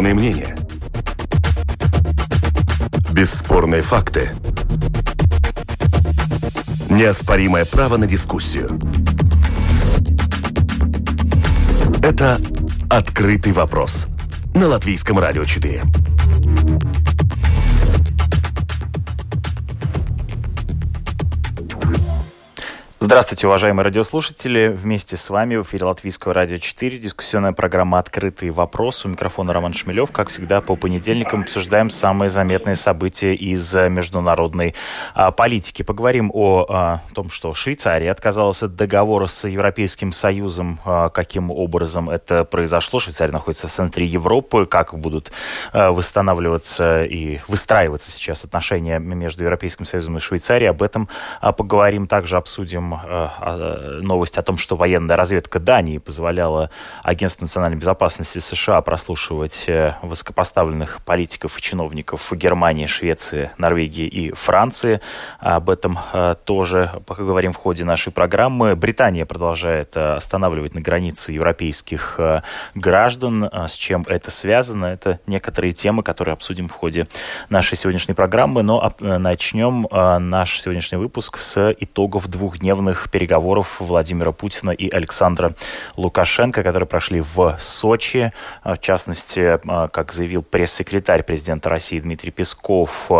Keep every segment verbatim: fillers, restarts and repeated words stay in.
Экспертные мнения. Бесспорные факты. Неоспоримое право на дискуссию. Это «Открытый вопрос» на Латвийском радио четыре. Здравствуйте, уважаемые радиослушатели. Вместе с вами в эфире Латвийского радио четыре дискуссионная программа «Открытый вопрос». У микрофона Роман Шмелев. Как всегда, по понедельникам обсуждаем самые заметные события из международной а, политики. Поговорим о а, том, что Швейцария отказалась от договора с Европейским Союзом. А, каким образом это произошло? Швейцария находится в центре Европы. Как будут а, восстанавливаться и выстраиваться сейчас отношения между Европейским Союзом и Швейцарией? Об этом а, поговорим. Также обсудим новость о том, что военная разведка Дании позволяла Агентству национальной безопасности США прослушивать высокопоставленных политиков и чиновников Германии, Швеции, Норвегии и Франции. Об этом тоже поговорим в ходе нашей программы. Британия продолжает останавливать на границе европейских граждан. С чем это связано? Это некоторые темы, которые обсудим в ходе нашей сегодняшней программы. Но начнем наш сегодняшний выпуск с итогов двухдневных переговоров Владимира Путина и Александра Лукашенко, которые прошли в Сочи. В частности, как заявил пресс-секретарь президента России Дмитрий Песков,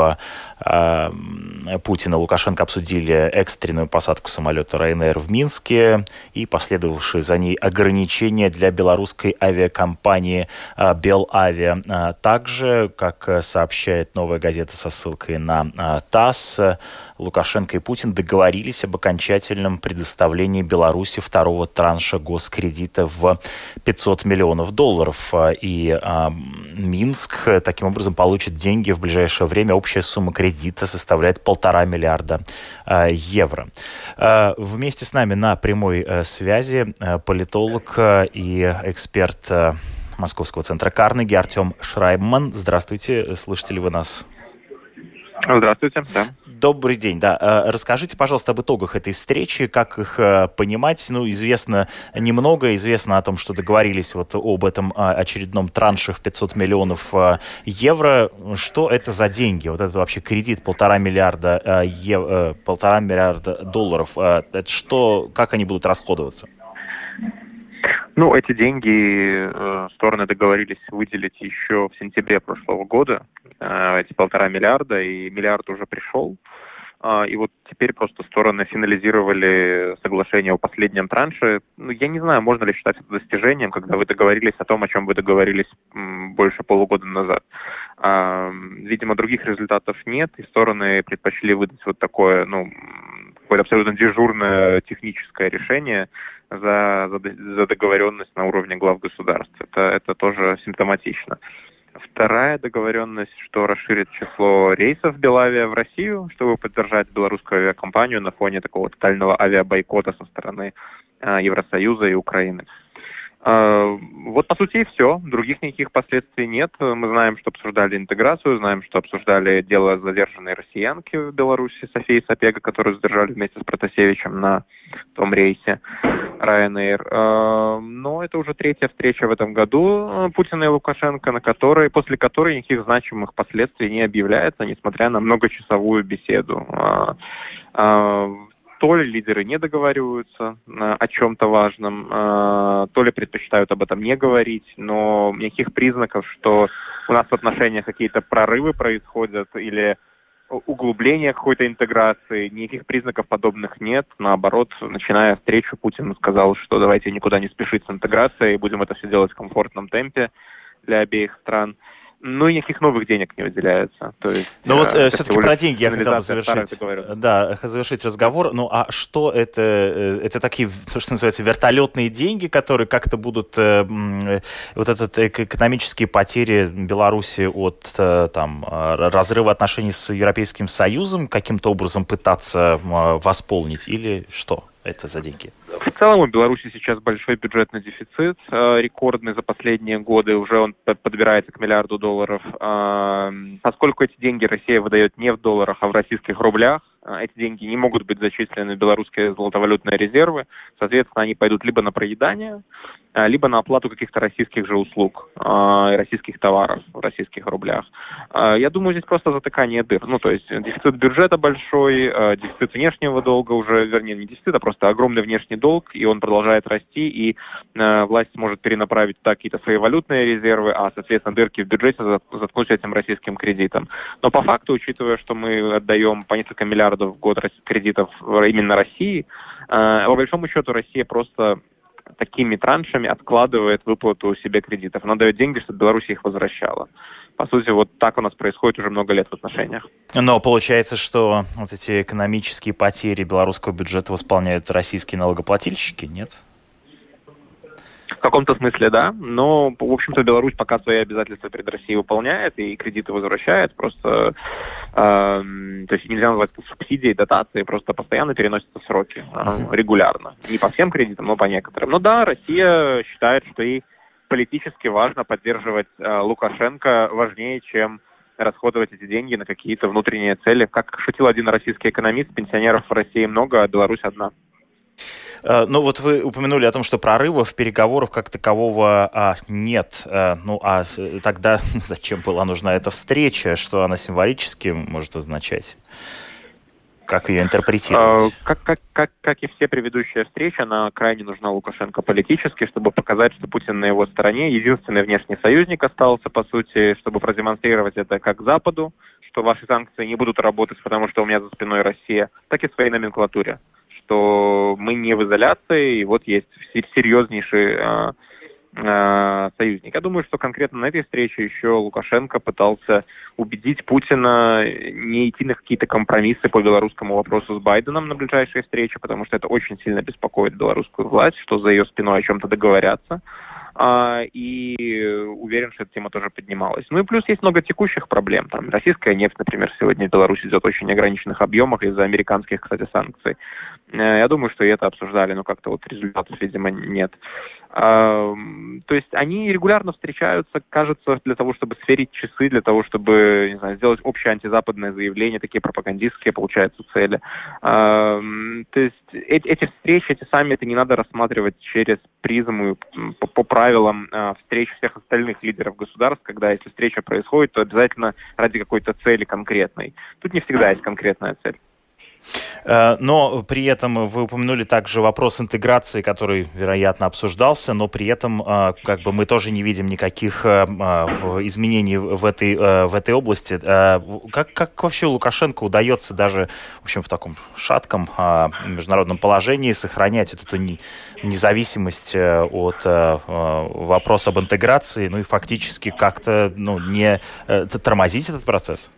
Путин и Лукашенко обсудили экстренную посадку самолета Ryanair в Минске и последовавшие за ней ограничения для белорусской авиакомпании Белавиа. Также, как сообщает «Новая газета» со ссылкой на ТАСС, Лукашенко и Путин договорились об окончательном предоставлении Беларуси второго транша госкредита в пятьсот миллионов долларов. И а, Минск таким образом получит деньги в ближайшее время. Общая сумма кредита составляет полтора миллиарда а, евро. А, вместе с нами на прямой а, связи а, политолог а, и эксперт а, Московского центра Карнеги Артем Шрайбман. Здравствуйте, слышите ли вы нас? Здравствуйте, да. Добрый день, да. Расскажите, пожалуйста, об итогах этой встречи, как их понимать. Ну, известно немного, известно о том, что договорились вот об этом очередном транше в пятьсот миллионов евро. Что это за деньги? Вот это вообще кредит полтора миллиарда, ев... полтора миллиарда долларов. Это что, как они будут расходоваться? Ну, эти деньги э, стороны договорились выделить еще в сентябре прошлого года, э, эти полтора миллиарда, и миллиард уже пришел. Э, и вот теперь просто стороны финализировали соглашение о последнем транше. Ну, я не знаю, можно ли считать это достижением, когда вы договорились о том, о чем вы договорились м, больше полугода назад. Э, видимо, других результатов нет, и стороны предпочли выдать вот такое, ну, какое-то абсолютно дежурное техническое решение за, за, за договоренность на уровне глав государств. Это, это тоже симптоматично. Вторая договоренность, что расширит число рейсов Белавиа в Россию, чтобы поддержать белорусскую авиакомпанию на фоне такого тотального авиабойкота со стороны э, Евросоюза и Украины. Вот, по сути, и все. Других никаких последствий нет. Мы знаем, что обсуждали интеграцию, знаем, что обсуждали дело задержанной россиянки в Беларуси Софии Сапега, которую задержали вместе с Протасевичем на том рейсе Ryanair. Но это уже третья встреча в этом году Путина и Лукашенко, на которой, после которой никаких значимых последствий не объявляется, несмотря на многочасовую беседу. То ли лидеры не договариваются о чем-то важном, то ли предпочитают об этом не говорить, но никаких признаков, что у нас в отношениях какие-то прорывы происходят или углубление какой-то интеграции, никаких признаков подобных нет. Наоборот, начиная встречу, Путин сказал, что давайте никуда не спешить с интеграцией, будем это все делать в комфортном темпе для обеих стран. Ну, и никаких новых денег не выделяется. То есть, ну вот э, все-таки про деньги я хотел бы завершить, да, завершить разговор. Ну а что это? Это такие, то, что называется, вертолетные деньги, которые как-то будут э, э, вот этот экономические потери Беларуси от э, там, разрыва отношений с Европейским Союзом каким-то образом пытаться э, восполнить или что? Это за деньги? В целом у Беларуси сейчас большой бюджетный дефицит, э, рекордный за последние годы, уже он подбирается к миллиарду долларов. Э, поскольку эти деньги Россия выдает не в долларах, а в российских рублях, э, эти деньги не могут быть зачислены в белорусские золотовалютные резервы, соответственно, они пойдут либо на проедание, э, либо на оплату каких-то российских же услуг, э, российских товаров в российских рублях. Э, я думаю, здесь просто затыкание дыр. Ну, то есть дефицит бюджета большой, э, дефицит внешнего долга уже, вернее, не дефицит, а просто огромный внешний долг, и он продолжает расти, и э, власть может перенаправить так какие-то свои валютные резервы, а, соответственно, дырки в бюджете заткнуть этим российским кредитом. Но по факту, учитывая, что мы отдаем по несколько миллиардов в год кредитов именно России, э, по большому счету Россия просто такими траншами откладывает выплату себе кредитов. Она дает деньги, чтобы Беларусь их возвращала. По сути, вот так у нас происходит уже много лет в отношениях. Но получается, что вот эти экономические потери белорусского бюджета восполняют российские налогоплательщики, нет? В каком-то смысле, да. Но, в общем-то, Беларусь пока свои обязательства перед Россией выполняет и кредиты возвращает. Просто, э, то есть нельзя назвать это субсидией, дотацией, просто постоянно переносятся сроки, э, регулярно. Не по всем кредитам, но по некоторым. Но да, Россия считает, что ей политически важно поддерживать э, Лукашенко важнее, чем расходовать эти деньги на какие-то внутренние цели. Как шутил один российский экономист, пенсионеров в России много, а Беларусь одна. Ну вот вы упомянули о том, что прорывов, переговоров как такового а, нет. А, ну а тогда зачем была нужна эта встреча? Что она символически может означать? Как ее интерпретировать? Как, как, как, как и все предыдущие встречи, она крайне нужна Лукашенко политически, чтобы показать, что Путин на его стороне. Единственный внешний союзник остался, по сути, чтобы продемонстрировать это как Западу, что ваши санкции не будут работать, потому что у меня за спиной Россия, так и своей номенклатуре, что мы не в изоляции, и вот есть серьезнейший э, э, союзник. Я думаю, что конкретно на этой встрече еще Лукашенко пытался убедить Путина не идти на какие-то компромиссы по белорусскому вопросу с Байденом на ближайшие встречи, потому что это очень сильно беспокоит белорусскую власть, что за ее спиной о чем-то договорятся. И уверен, что эта тема тоже поднималась. Ну и плюс есть много текущих проблем. Там российская нефть, например, сегодня в Беларуси идет в очень ограниченных объемах из-за американских, кстати, санкций. Я думаю, что и это обсуждали, но как-то вот результатов, видимо, нет. То есть они регулярно встречаются, кажется, для того, чтобы сверить часы, для того, чтобы, не знаю, сделать общее антизападное заявление, такие пропагандистские, получаются, цели. То есть эти встречи, эти саммиты не надо рассматривать через призму по, по правилам встреч всех остальных лидеров государств, когда если встреча происходит, то обязательно ради какой-то цели конкретной. Тут не всегда есть конкретная цель. Но при этом вы упомянули также вопрос интеграции, который, вероятно, обсуждался, но при этом как бы мы тоже не видим никаких изменений в этой, в этой области. Как, как вообще Лукашенко удается даже, в общем, в таком шатком международном положении сохранять вот эту независимость от вопроса об интеграции, ну и фактически как-то ну, не тормозить этот процесс?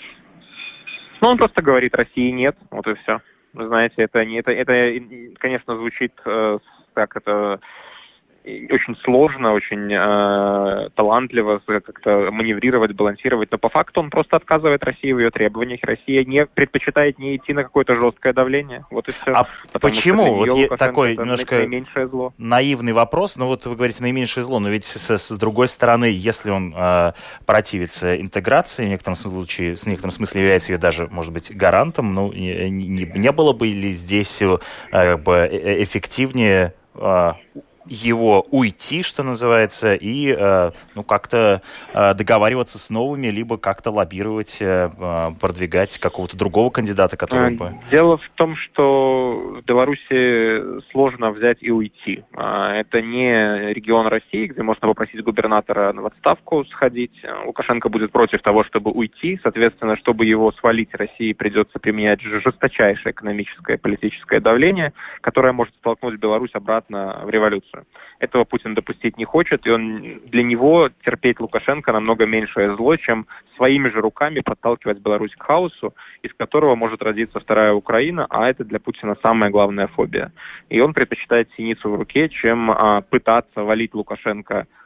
Ну, он просто говорит, России нет, вот и все. Вы знаете, это, не, это, это конечно, звучит э, как это очень сложно, очень э, талантливо как-то маневрировать, балансировать, но по факту он просто отказывает России в ее требованиях. Россия не предпочитает не идти на какое-то жесткое давление. Вот и все. А почему? Вот я, такой немножко наименьшее зло. Наивный вопрос, но вот вы говорите наименьшее зло, но ведь с, с другой стороны, если он э, противится интеграции, в некотором случае, в некотором смысле является ее даже, может быть, гарантом, ну, не, не, не было бы ли здесь э, как бы эффективнее э, его уйти, что называется, и э, ну, как-то э, договариваться с новыми, либо как-то лоббировать, э, продвигать какого-то другого кандидата, который бы... Дело в том, что в Беларуси сложно взять и уйти. Это не регион России, где можно попросить губернатора в отставку сходить. Лукашенко будет против того, чтобы уйти. Соответственно, чтобы его свалить, России придется применять жесточайшее экономическое и политическое давление, которое может столкнуть Беларусь обратно в революцию. Этого Путин допустить не хочет, и он, для него терпеть Лукашенко намного меньшее зло, чем своими же руками подталкивать Беларусь к хаосу, из которого может родиться вторая Украина, а это для Путина самая главная фобия. И он предпочитает синицу в руке, чем а, пытаться валить Лукашенко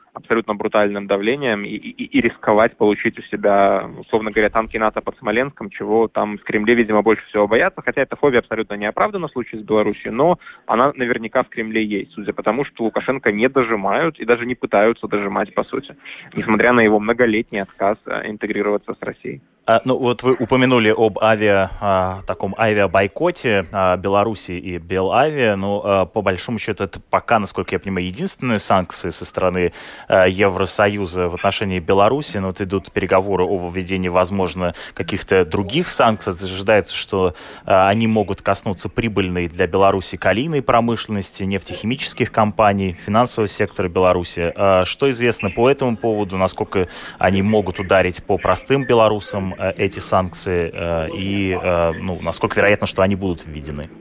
абсолютно брутальным давлением и, и, и рисковать получить у себя, условно говоря, танки НАТО под Смоленском, чего там в Кремле, видимо, больше всего боятся, хотя эта фобия абсолютно не оправдана в случае с Белоруссией, но она наверняка в Кремле есть, судя по тому, что Лукашенко не дожимают и даже не пытаются дожимать, по сути, несмотря на его многолетний отказ интегрироваться с Россией. А, ну вот вы упомянули об авиа, а, таком авиабойкоте а, Беларуси и Белавиа, но а, по большому счету это пока, насколько я понимаю, единственные санкции со стороны а, Евросоюза в отношении Беларуси, но вот идут переговоры о введении, возможно, каких-то других санкций. Ожидается, что а, они могут коснуться прибыльной для Беларуси калийной промышленности, нефтехимических компаний, финансового сектора Беларуси. А, что известно по этому поводу, насколько они могут ударить по простым белорусам эти санкции и ну, насколько вероятно, что они будут введены?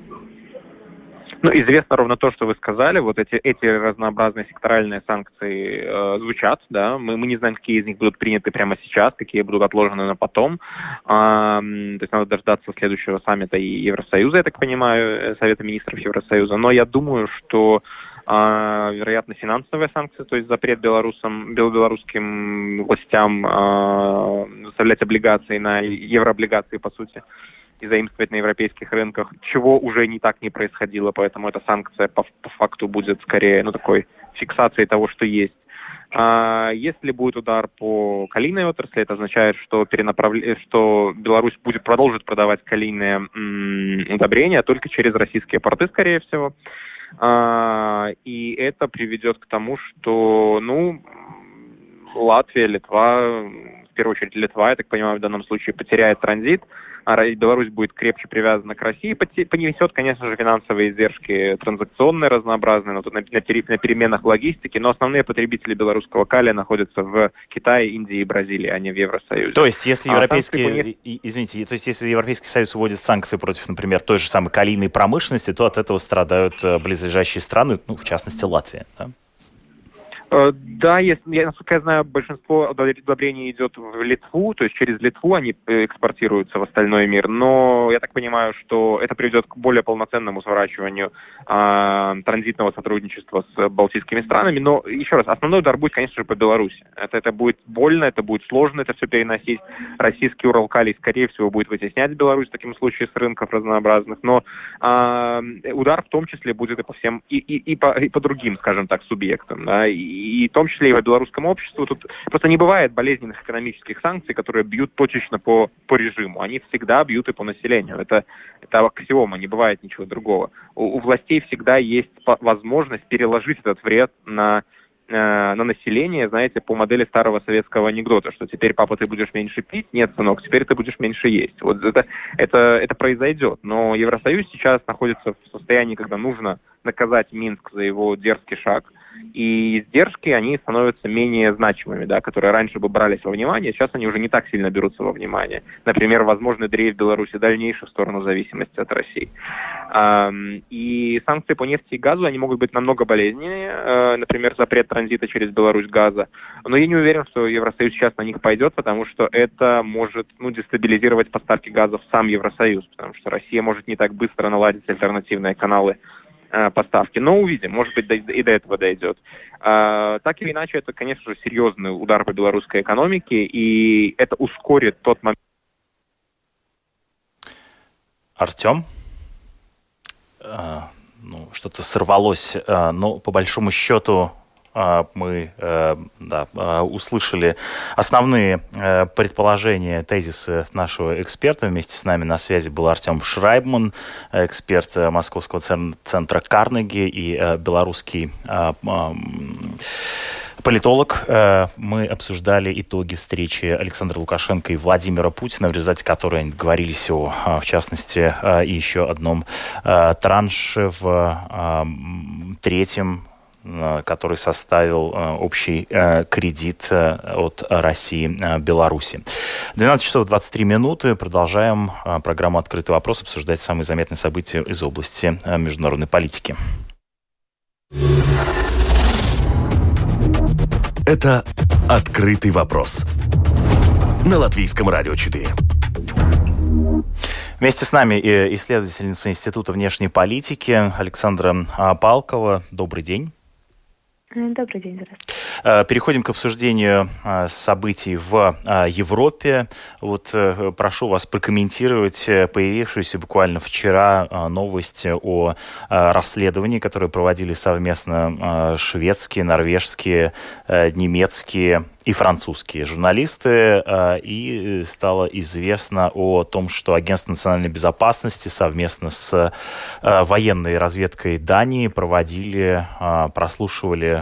Ну, известно ровно то, что вы сказали. Вот эти, эти разнообразные секторальные санкции э, звучат, да. Мы, мы не знаем, какие из них будут приняты прямо сейчас, какие будут отложены на потом. А, то есть надо дождаться следующего саммита и Евросоюза, я так понимаю, Совета министров Евросоюза. Но я думаю, что А, вероятно, финансовые санкции, то есть запрет белорусам, белорусским властям а, выставлять облигации на еврооблигации, по сути, и заимствовать на европейских рынках, чего уже не так не происходило, поэтому эта санкция по, по факту будет скорее, ну, такой фиксацией того, что есть. А, если будет удар по калийной отрасли, это означает, что, перенаправля... что Беларусь будет продолжить продавать калийные м- удобрения только через российские порты, скорее всего. А, и это приведет к тому, что, ну, Латвия, Литва, в первую очередь Литва, я так понимаю, в данном случае потеряет транзит, а Беларусь будет крепче привязана к России, понесет, конечно же, финансовые издержки транзакционные, разнообразные, но тут на, на, на переменах логистики, но основные потребители белорусского калия находятся в Китае, Индии и Бразилии, а не в Евросоюзе. То есть, если европейский, а санкции... извините, то есть, если Европейский Союз вводит санкции против, например, той же самой калийной промышленности, то от этого страдают близлежащие страны, ну, в частности, Латвия, да? Да, если, я, насколько я знаю, большинство удобрений идет в Литву, то есть через Литву они экспортируются в остальной мир, но я так понимаю, что это приведет к более полноценному сворачиванию а, транзитного сотрудничества с балтийскими странами, но, еще раз, основной удар будет, конечно же, по Беларуси. Это, это будет больно, это будет сложно, это все переносить. Российский Уралкалий, скорее всего, будет вытеснять Беларусь в таком случае с рынков разнообразных, но а, удар в том числе будет и по всем, и, и, и, по, и по другим, скажем так, субъектам, да, и и в том числе и по белорусскому обществу. Тут просто не бывает болезненных экономических санкций, которые бьют точечно по, по режиму. Они всегда бьют и по населению. Это, это аксиома, не бывает ничего другого. У, у властей всегда есть возможность переложить этот вред на, э, на население, знаете, по модели старого советского анекдота, что теперь, папа, ты будешь меньше пить? Нет, сынок, теперь ты будешь меньше есть. Вот это, это, это произойдет. Но Евросоюз сейчас находится в состоянии, когда нужно наказать Минск за его дерзкий шаг, и издержки, они становятся менее значимыми, да, которые раньше бы брались во внимание, сейчас они уже не так сильно берутся во внимание. Например, возможный дрейф Беларуси дальнейший в сторону зависимости от России. И санкции по нефти и газу, они могут быть намного болезненнее, например, запрет транзита через Беларусь газа, но я не уверен, что Евросоюз сейчас на них пойдет, потому что это может, ну, дестабилизировать поставки газа в сам Евросоюз, потому что Россия может не так быстро наладить альтернативные каналы поставки. Но увидим, может быть, и до этого дойдет. А, так или иначе, это, конечно же, серьезный удар по белорусской экономике, и это ускорит тот момент. Артем? А, ну, что-то сорвалось, а, но по большому счету мы да, услышали основные предположения, тезисы нашего эксперта. Вместе с нами на связи был Артем Шрайбман, эксперт Московского центра Карнеги и белорусский политолог. Мы обсуждали итоги встречи Александра Лукашенко и Владимира Путина, в результате которой они договорились о, в частности, и еще одном транше в третьем, который составил общий кредит от России Беларуси. двенадцать часов двадцать три минуты. Продолжаем программу «Открытый вопрос», обсуждать самые заметные события из области международной политики. Это «Открытый вопрос» на Латвийском радио четыре. Вместе с нами исследовательница Института внешней политики Александра Палкова. Добрый день. Добрый день, здравствуйте. Переходим к обсуждению событий в Европе. Вот прошу вас прокомментировать появившуюся буквально вчера новость о расследовании, которое проводили совместно шведские, норвежские, немецкие и французские журналисты, и стало известно о том, что Агентство национальной безопасности совместно с военной разведкой Дании проводили, прослушивали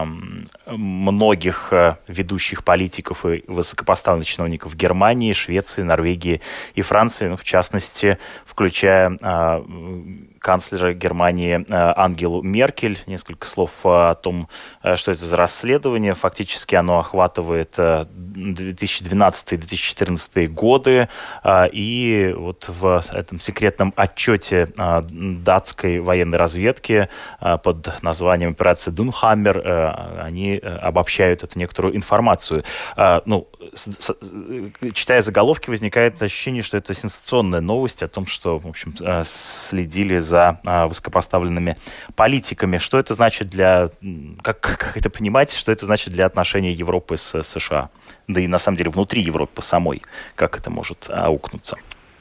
многих ведущих политиков и высокопоставленных чиновников Германии, Швеции, Норвегии и Франции, ну, в частности, включая канцлера Германии Ангелу Меркель. Несколько слов о том, что это за расследование. Фактически оно охватывает две тысячи двенадцатый - две тысячи четырнадцатый годы. И вот в этом секретном отчете датской военной разведки под названием «Операция Дунхаммер» они обобщают эту некоторую информацию. Ну, читая заголовки, возникает ощущение, что это сенсационная новость о том, что, в общем, следили за высокопоставленными политиками. Что это значит для... Как, как это понимать, что это значит для отношений Европы с США? Да и, на самом деле, внутри Европы самой. Как это может аукнуться?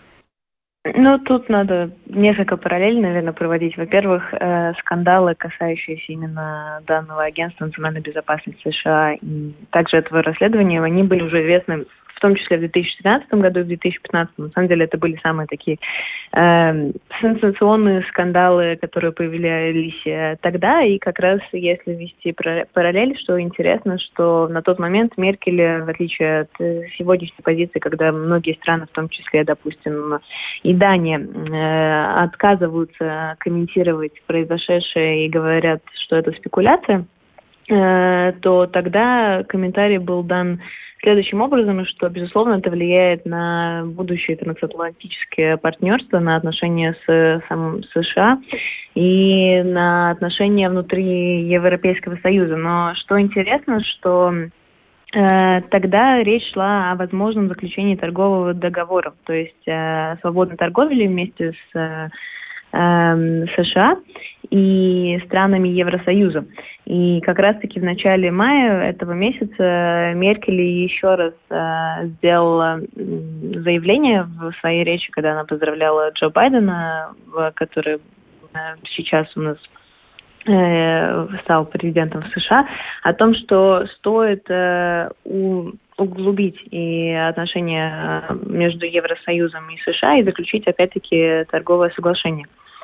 Ну, тут надо несколько параллелей, наверное, проводить. Во-первых, э, скандалы, касающиеся именно данного агентства национальной безопасности США, и также этого расследования, они были уже известны в том числе в две тысячи тринадцатом году и в две тысячи пятнадцатом. На самом деле это были самые такие э, сенсационные скандалы, которые появлялись э, тогда. И как раз если вести параллель, что интересно, что на тот момент Меркель, в отличие от э, сегодняшней позиции, когда многие страны, в том числе, допустим, и Дания, э, отказываются комментировать произошедшее и говорят, что это спекуляция, э, то тогда комментарий был дан следующим образом, что, безусловно, это влияет на будущее трансатлантическое партнерство, на отношения с самим США и на отношения внутри Европейского Союза. Но что интересно, что э, тогда речь шла о возможном заключении торгового договора, то есть э, свободной торговли вместе с э, США и странами Евросоюза. И как раз-таки в начале мая этого месяца Меркель еще раз э, сделала заявление в своей речи, когда она поздравляла Джо Байдена, который э, сейчас у нас э, стал президентом в США, о том, что стоит э, у углубить и отношения между Евросоюзом и США и заключить, опять-таки, торговое соглашение.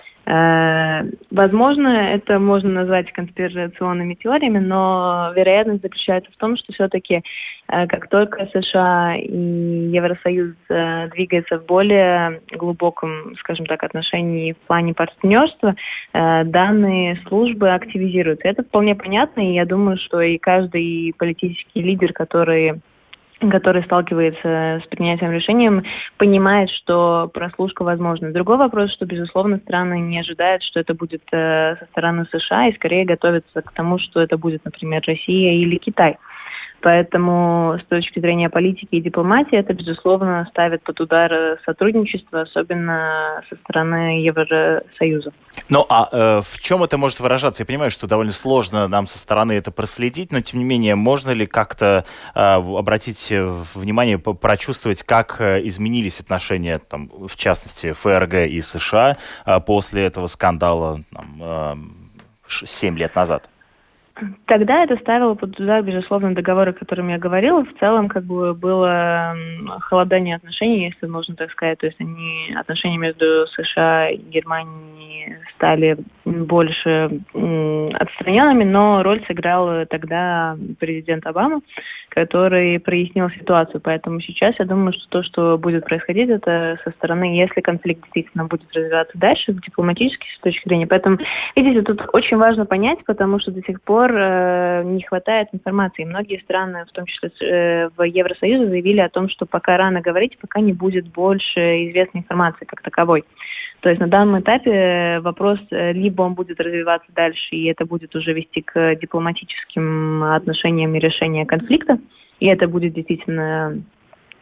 Возможно, это можно назвать конспирационными теориями, но вероятность заключается в том, что все-таки как только США и Евросоюз двигаются в более глубоком, скажем так, отношении в плане партнерства, данные службы активизируются. Это вполне понятно, и я думаю, что и каждый политический лидер, который который сталкивается с принятием решения, понимает, что прослушка возможна. Другой вопрос, что, безусловно, страны не ожидают, что это будет э, со стороны США, и скорее готовятся к тому, что это будет, например, Россия или Китай. Поэтому с точки зрения политики и дипломатии это, безусловно, ставит под удар сотрудничество, особенно со стороны Евросоюза. Ну, а э, в чем это может выражаться? Я понимаю, что довольно сложно нам со стороны это проследить, но, тем не менее, можно ли как-то э, обратить внимание, прочувствовать, как изменились отношения, там, в частности, ФРГ и США э, после этого скандала там, э, семь лет назад? Тогда это ставило под удар, безусловно, договоры, о которых я говорила. В целом, как бы, было холодание отношений, если можно так сказать. То есть они, отношения между США и Германией стали больше м, отстраненными, но роль сыграл тогда президент Обама, который прояснил ситуацию. Поэтому сейчас я думаю, что то, что будет происходить, это со стороны, если конфликт действительно будет развиваться дальше, дипломатически с точки зрения. Поэтому, видите, тут очень важно понять, потому что до сих пор не хватает информации. Многие страны, в том числе в Евросоюзе, заявили о том, что пока рано говорить, пока не будет больше известной информации как таковой. То есть на данном этапе вопрос, либо он будет развиваться дальше, и это будет уже вести к дипломатическим отношениям и решению конфликта, и это будет действительно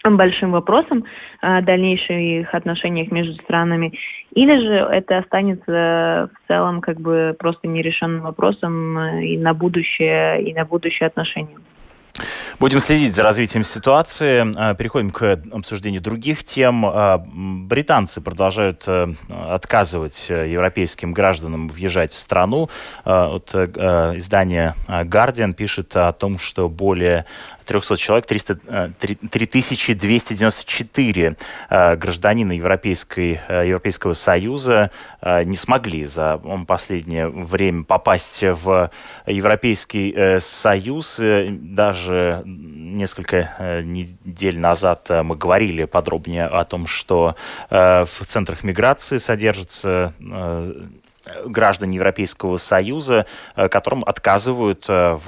большим вопросом о дальнейших отношениях между странами, или же это останется в целом как бы просто нерешенным вопросом и на будущее, и на будущее отношения. Будем следить за развитием ситуации. Переходим к обсуждению других тем. Британцы продолжают отказывать европейским гражданам въезжать в страну. Вот издание Guardian пишет о том, что более триста человек, три тысячи двести девяносто четыре гражданина Европейской, Европейского Союза не смогли за последнее время попасть в Европейский Союз. Даже несколько недель назад мы говорили подробнее о том, что в центрах миграции содержатся граждане Европейского Союза, которым отказывают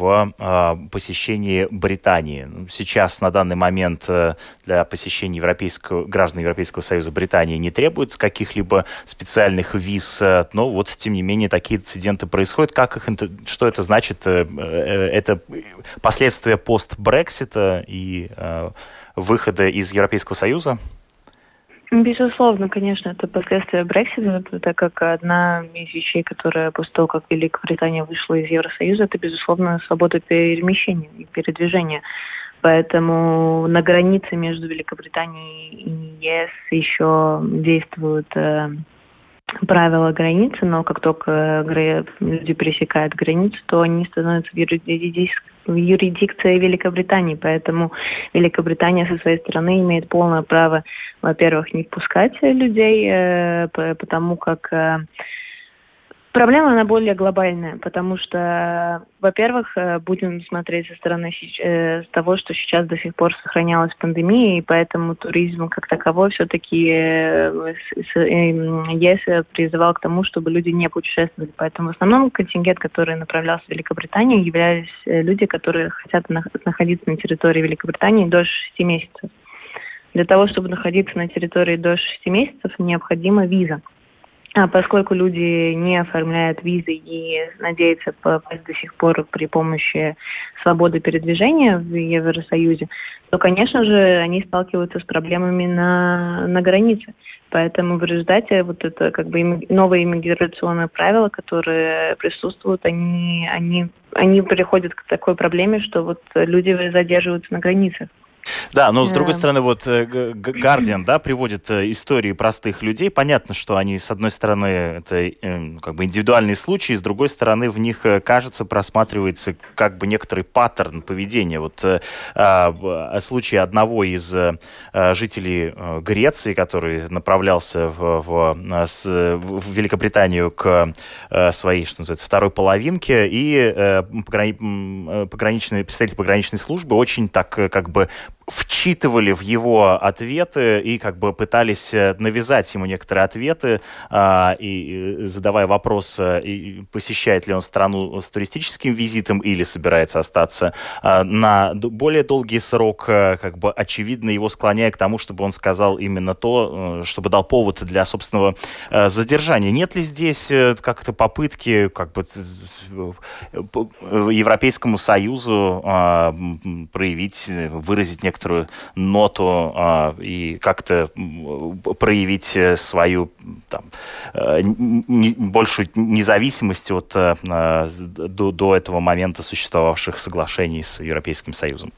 в посещении Британии. Сейчас, на данный момент, для посещения европейского, граждан Европейского Союза Британии не требуется каких-либо специальных виз, но вот, тем не менее, такие инциденты происходят. Как их, что это значит? Это последствия пост-Брексита и выхода из Европейского Союза? Безусловно, конечно, это последствия Брексита, так как одна из вещей, которая после того, как Великобритания вышла из Евросоюза, это, безусловно, свобода перемещения и передвижения. Поэтому на границе между Великобританией и ЕС еще действуют э, правила границы, но как только люди пересекают границу, то они становятся в юридическом в юрисдикции Великобритании, поэтому Великобритания со своей стороны имеет полное право, во-первых, не впускать людей, э, потому как э, проблема, она более глобальная, потому что, во-первых, э, будем смотреть со стороны э, того, что сейчас до сих пор сохранялась пандемия, и поэтому туризм как таковой все-таки э, э, ЕС призывал к тому, чтобы люди не путешествовали. Поэтому в основном контингент, который направлялся в Великобританию, являлись люди, которые хотят находиться на территории Великобритании до шести месяцев. Для того, чтобы находиться на территории до шести месяцев, необходима виза. А поскольку люди не оформляют визы и надеются попасть до сих пор при помощи свободы передвижения в Евросоюзе, то, конечно же, они сталкиваются с проблемами на, на границе. Поэтому в результате вот это как бы новые иммиграционные правила, которые присутствуют, они, они, они приходят к такой проблеме, что вот люди задерживаются на границах. Да, но с другой стороны, вот Guardian, да, приводит истории простых людей. Понятно, что они, с одной стороны, это как бы индивидуальные случаи, с другой стороны, в них, кажется, просматривается как бы некоторый паттерн поведения. Вот а, случай одного из а, жителей Греции, который направлялся в, в, с, в Великобританию к а, своей, что называется, второй половинке, и а, пограни, пограничные, представители пограничной службы очень так как бы вчитывали в его ответы и как бы пытались навязать ему некоторые ответы, а, и задавая вопрос, и посещает ли он страну с туристическим визитом или собирается остаться а, на более долгий срок, а, как бы очевидно его склоняя к тому, чтобы он сказал именно то, чтобы дал повод для собственного а, задержания. Нет ли здесь как-то попытки как бы Европейскому Союзу а, проявить, выразить некоторые некоторую ноту а, и как-то проявить свою там, не, большую независимость от, а, до, до этого момента существовавших соглашений с Европейским Союзом?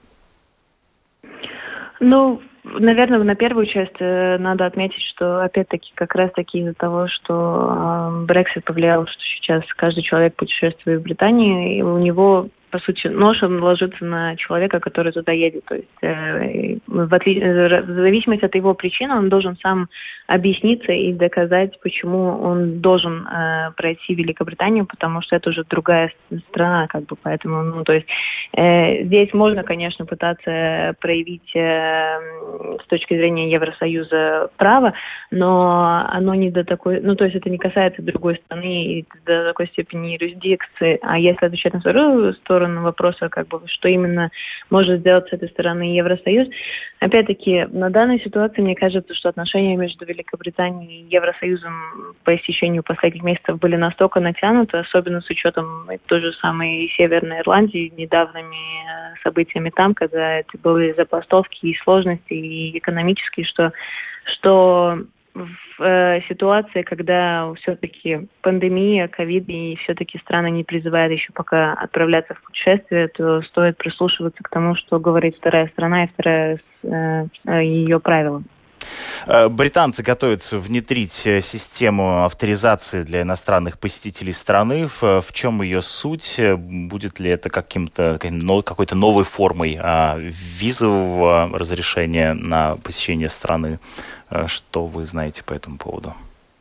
Ну, наверное, на первую часть э, надо отметить, что, опять-таки, как раз-таки из-за того, что Брексит э, повлиял, что сейчас каждый человек путешествует в Британию, и у него, по сути, нож он ложится на человека, который туда едет. То есть э, в, отли... в зависимости от его причин он должен сам объясниться и доказать, почему он должен э, пройти Великобританию, потому что это уже другая страна, как бы, поэтому, ну, то есть э, здесь можно, конечно, пытаться проявить э, с точки зрения Евросоюза право, но оно не до такой, ну, то есть это не касается другой страны и до такой степени юрисдикции. А если отвечать на вторую сторону, сторону вопроса, как бы, что именно может сделать с этой стороны Евросоюз. Опять-таки, на данной ситуации, мне кажется, что отношения между Великобританией и Евросоюзом по истечению последних месяцев были настолько натянуты, особенно с учетом той же самой Северной Ирландии, недавними событиями там, когда это были забастовки и сложности, и экономические, что, что в э, ситуации, когда все-таки пандемия, ковид, и все-таки страны не призывают еще пока отправляться в путешествие, то стоит прислушиваться к тому, что говорит вторая страна и вторая э, ее правила. Британцы готовятся внедрить систему авторизации для иностранных посетителей страны. В, в чем ее суть? Будет ли это каким-то, какой-то новой формой а, визового разрешения на посещение страны? Что вы знаете по этому поводу?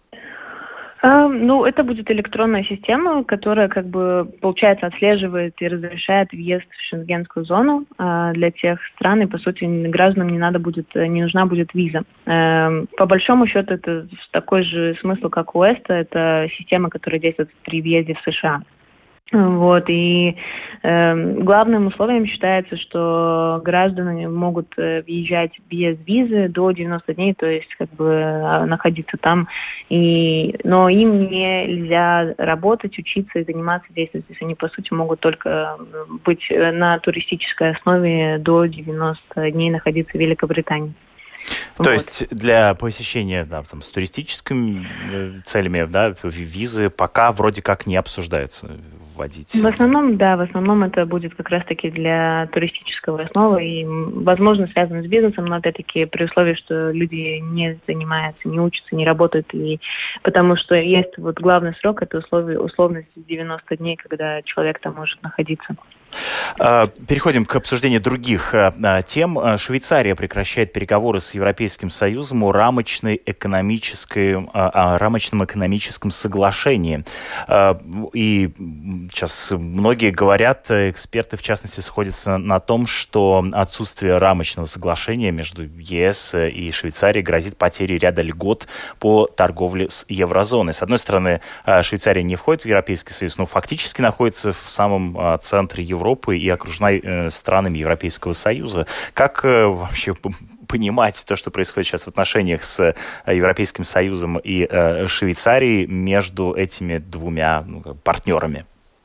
Uh, ну, это будет электронная система, которая, как бы, получается, отслеживает и разрешает въезд в шенгенскую зону uh, для тех стран, и, по сути, гражданам не надо будет, не нужна будет виза. Uh, по большому счету, это такой же смысл, как у ЭСТА, это система, которая действует при въезде в США. Вот, и э, главным условием считается, что граждане могут э, въезжать без визы до девяноста дней, то есть как бы находиться там, и, но им нельзя работать, учиться и заниматься действием, то есть они по сути могут только быть на туристической основе до девяноста дней находиться в Великобритании. То вот. Есть для посещения да, там, с туристическими целями да, визы пока вроде как не обсуждается вводить? В основном, да, в основном это будет как раз-таки для туристического основы и, возможно, связано с бизнесом, но опять-таки при условии, что люди не занимаются, не учатся, не работают, и потому что есть вот главный срок, это условие, условность девяносто дней, когда человек там может находиться. Переходим к обсуждению других тем. Швейцария прекращает переговоры с Европейским Союзом о рамочной экономической, о рамочном экономическом соглашении. И сейчас многие говорят, эксперты в частности сходятся на том, что отсутствие рамочного соглашения между ЕС и Швейцарией грозит потерей ряда льгот по торговле с еврозоной. С одной стороны, Швейцария не входит в Европейский Союз, но фактически находится в самом центре Европы. Европы и окружена э, странами Европейского Союза. Как э, вообще понимать то, что происходит сейчас в отношениях с э, Европейским Союзом и э, Швейцарией между этими двумя ну, партнерами?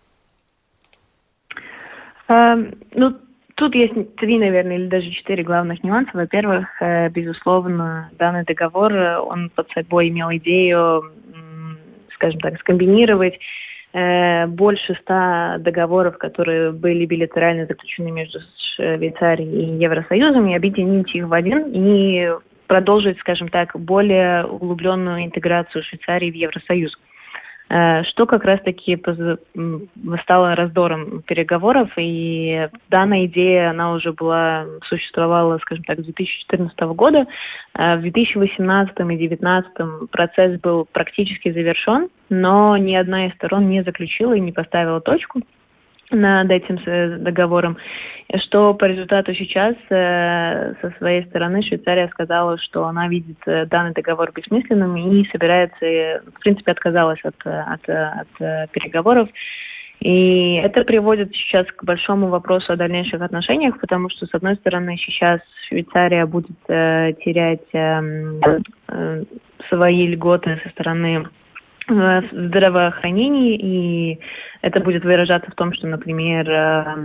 А, ну, тут есть три, наверное, или даже четыре главных нюанса. Во-первых, э, безусловно, данный договор, он под собой имел идею, м, скажем так, скомбинировать больше ста договоров, которые были билатерально заключены между Швейцарией и Евросоюзом, и объединить их в один и продолжить, скажем так, более углубленную интеграцию Швейцарии в Евросоюз. Что как раз-таки стало раздором переговоров, и данная идея, она уже была, существовала, скажем так, с две тысячи четырнадцатого года. В две тысячи восемнадцатом и две тысячи девятнадцатом процесс был практически завершен, но ни одна из сторон не заключила и не поставила точку над этим договором, что по результату сейчас э, со своей стороны Швейцария сказала, что она видит э, данный договор бессмысленным и собирается, э, в принципе, отказалась от, от, от, от переговоров. И это приводит сейчас к большому вопросу о дальнейших отношениях, потому что, с одной стороны, сейчас Швейцария будет э, терять э, э, свои льготы со стороны в здравоохранении, и это будет выражаться в том, что, например, э,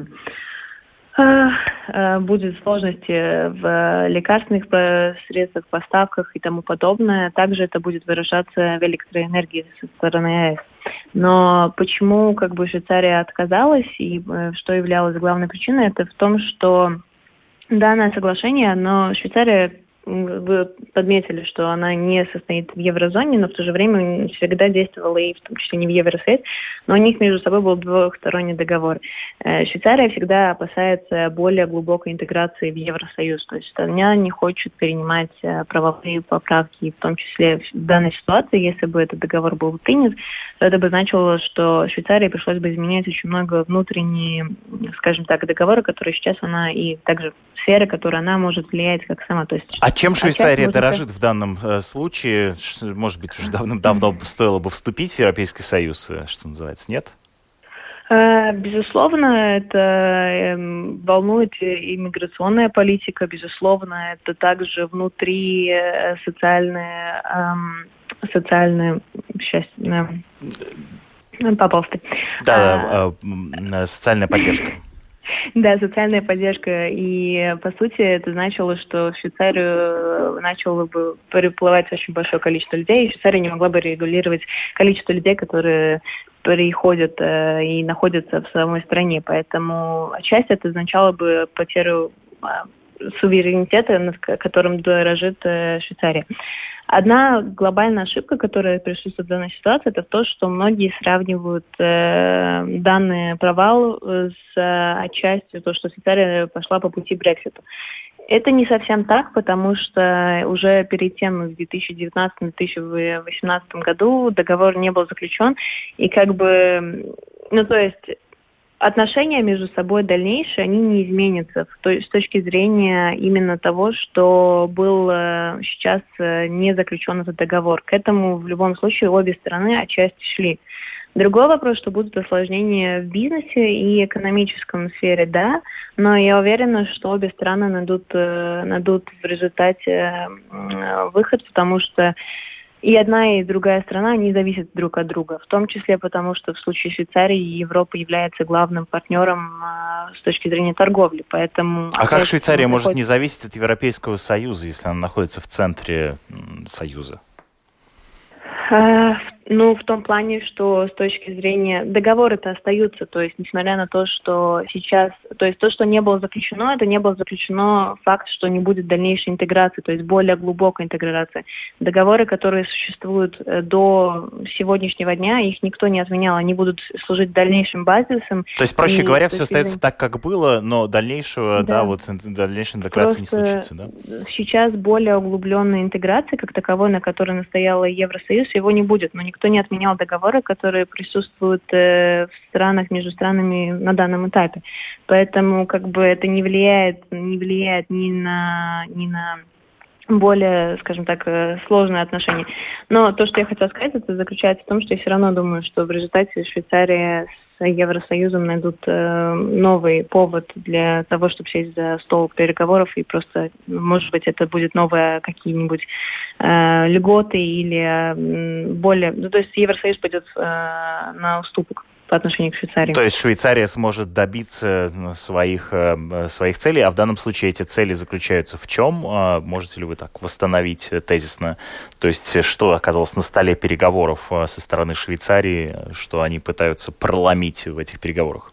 э, будет сложности в лекарственных средствах, поставках и тому подобное. Также это будет выражаться в электроэнергии со стороны АЭС. Но почему как бы Швейцария отказалась и э, что являлось главной причиной, это в том, что данное соглашение, оно Швейцария, вы подметили, что она не состоит в еврозоне, но в то же время всегда действовала и в том числе не в Евросоюз, но у них между собой был двухсторонний договор. Швейцария всегда опасается более глубокой интеграции в Евросоюз, то есть она не хочет принимать правовые поправки, в том числе в данной ситуации, если бы этот договор был принят, то это бы значило, что Швейцарии пришлось бы изменять очень много внутренние, скажем так, договоры, которые сейчас она и также сферы, которые она может влиять как сама. То есть, а чем Швейцария дорожит в данном э, случае? Может быть, уже давным-давно стоило бы вступить в Европейский Союз, что называется, нет? Безусловно, это волнует иммиграционная политика, безусловно, это также внутри социальные, социальные, сейчас, пожалуйста. Да, а, социальная поддержка. Да, социальная поддержка. И, по сути, это значило, что в Швейцарию начало бы переплывать очень большое количество людей, и Швейцария не могла бы регулировать количество людей, которые приходят э, и находятся в самой стране. Поэтому отчасти это означало бы потерю э, суверенитета, которым дорожит э, Швейцария. Одна глобальная ошибка, которая присутствует в данной ситуации, это то, что многие сравнивают э, данный провал с э, отчасти то, что Швейцария пошла по пути Брексита. Это не совсем так, потому что уже перед тем, в две тысячи девятнадцатом — две тысячи восемнадцатом году договор не был заключен, и как бы, ну то есть отношения между собой дальнейшие, они не изменятся с точки зрения именно того, что был сейчас не заключен этот договор. К этому в любом случае обе стороны отчасти шли. Другой вопрос, что будут осложнения в бизнесе и экономическом сфере, да, но я уверена, что обе страны найдут, найдут в результате выход, потому что и одна, и другая страна, они зависят друг от друга, в том числе потому, что в случае Швейцарии Европа является главным партнером с точки зрения торговли, поэтому... А как Швейцария может не зависеть от Европейского Союза, если она находится в центре Союза? Ну, в том плане, что с точки зрения... Договоры-то остаются, то есть, несмотря на то, что сейчас... То есть, то, что не было заключено, это не было заключено факт, что не будет дальнейшей интеграции, то есть, более глубокой интеграции. Договоры, которые существуют до сегодняшнего дня, их никто не отменял, они будут служить дальнейшим базисом. То есть, проще и, говоря, все остается так, как было, но дальнейшего, да, да вот дальнейшей интеграции Просто не случится, да? Сейчас более углубленной интеграции, как таковой, на которой настояла Евросоюз, его не будет, но никто не отменял договоры, которые присутствуют э, в странах, между странами на данном этапе. Поэтому как бы это не влияет, не влияет ни на, ни на более, скажем так, сложные отношения. Но то, что я хотела сказать, это заключается в том, что я все равно думаю, что в результате Швейцария с Евросоюзом найдут э, новый повод для того, чтобы сесть за стол переговоров, и просто, может быть, это будет новые какие-нибудь э, льготы или э, более... Ну, то есть Евросоюз пойдет э, на уступок по отношению к Швейцарии. То есть Швейцария сможет добиться своих, своих целей, а в данном случае эти цели заключаются в чем? Можете ли вы так восстановить тезисно? То есть что оказалось на столе переговоров со стороны Швейцарии, что они пытаются проломить в этих переговорах?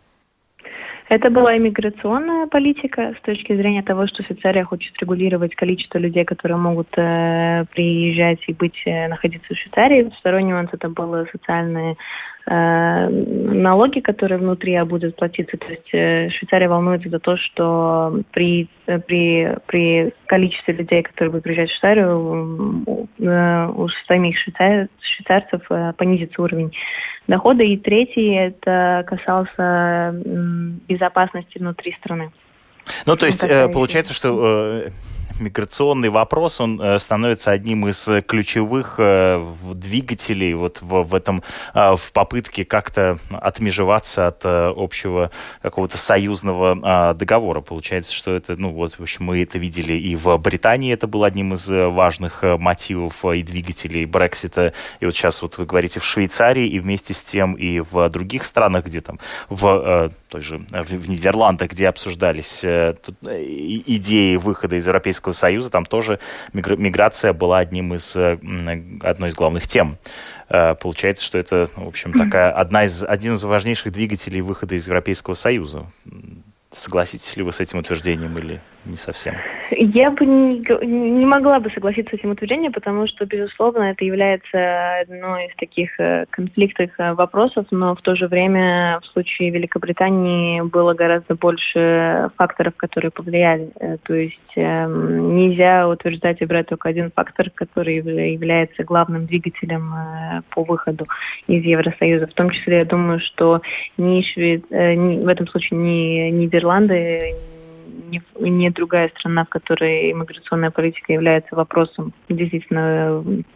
Это была иммиграционная политика с точки зрения того, что Швейцария хочет регулировать количество людей, которые могут э, приезжать и быть, э, находиться в Швейцарии. Второй нюанс это были социальные э, налоги, которые внутри будут платиться. То есть э, Швейцария волнуется за то, что при, э, при, при количестве людей, которые будут приезжать в Швейцарию, э, у самих швейцар, швейцарцев э, понизится уровень дохода. И третий, это касался м, безопасности внутри страны. Ну, то есть, э, получается, что э, миграционный вопрос, он э, становится одним из ключевых э, двигателей вот в, в этом, э, в попытке как-то отмежеваться от э, общего какого-то союзного э, договора. Получается, что это, ну, вот, в общем, мы это видели и в Британии, это был одним из важных э, мотивов и двигателей Брексита. И вот сейчас вот вы говорите в Швейцарии, и вместе с тем и в других странах, где там, в э, той же, в, в Нидерландах, где обсуждались э, тут, э, идеи выхода из Европейского Союза, там тоже миграция была одним из, одной из главных тем. Получается, что это, в общем, такая одна из, один из важнейших двигателей выхода из Европейского Союза. Согласитесь ли вы с этим утверждением или не совсем? Я бы не, не могла бы согласиться с этим утверждением, потому что, безусловно, это является одной из таких конфликтных вопросов, но в то же время в случае Великобритании было гораздо больше факторов, которые повлияли. То есть нельзя утверждать и брать только один фактор, который является главным двигателем по выходу из Евросоюза. В том числе, я думаю, что ни Шве... ни, в этом случае ни Нидерланды, ни, ни другая страна, в которой иммиграционная политика является вопросом действительно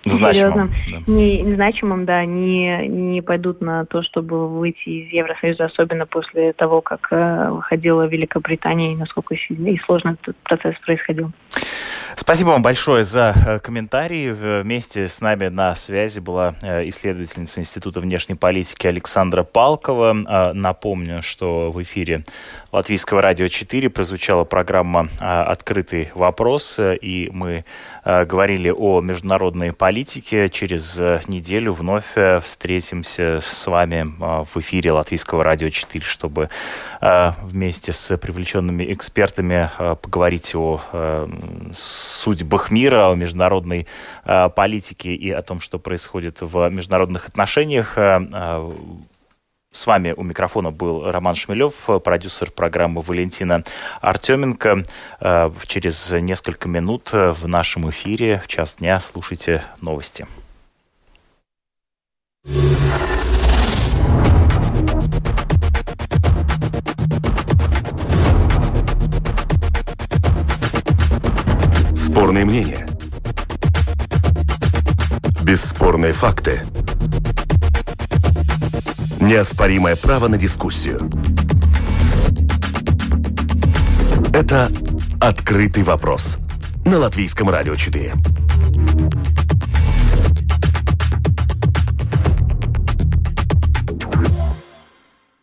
серьезным, да. не, незначимым, да, не, не пойдут на то, чтобы выйти из Евросоюза, особенно после того, как э, выходила Великобритания, и насколько сильно и сложно этот процесс происходил. Спасибо вам большое за комментарии. Вместе с нами на связи была исследовательница Института внешней политики Александра Палкова. Напомню, что в эфире Латвийского радио четыре прозвучала программа «Открытый вопрос», и мы говорили о международной политике. Через неделю вновь встретимся с вами в эфире Латвийского радио четыре, чтобы вместе с привлеченными экспертами поговорить о судьбах мира, о международной э, политике и о том, что происходит в международных отношениях. Э, с вами у микрофона был Роман Шмелев, продюсер программы Валентина Артеменко. Э, через несколько минут в нашем эфире в час дня слушайте новости. Спорные мнения. Бесспорные факты. Неоспоримое право на дискуссию. Это «Открытый вопрос» на Латвийском радио четыре.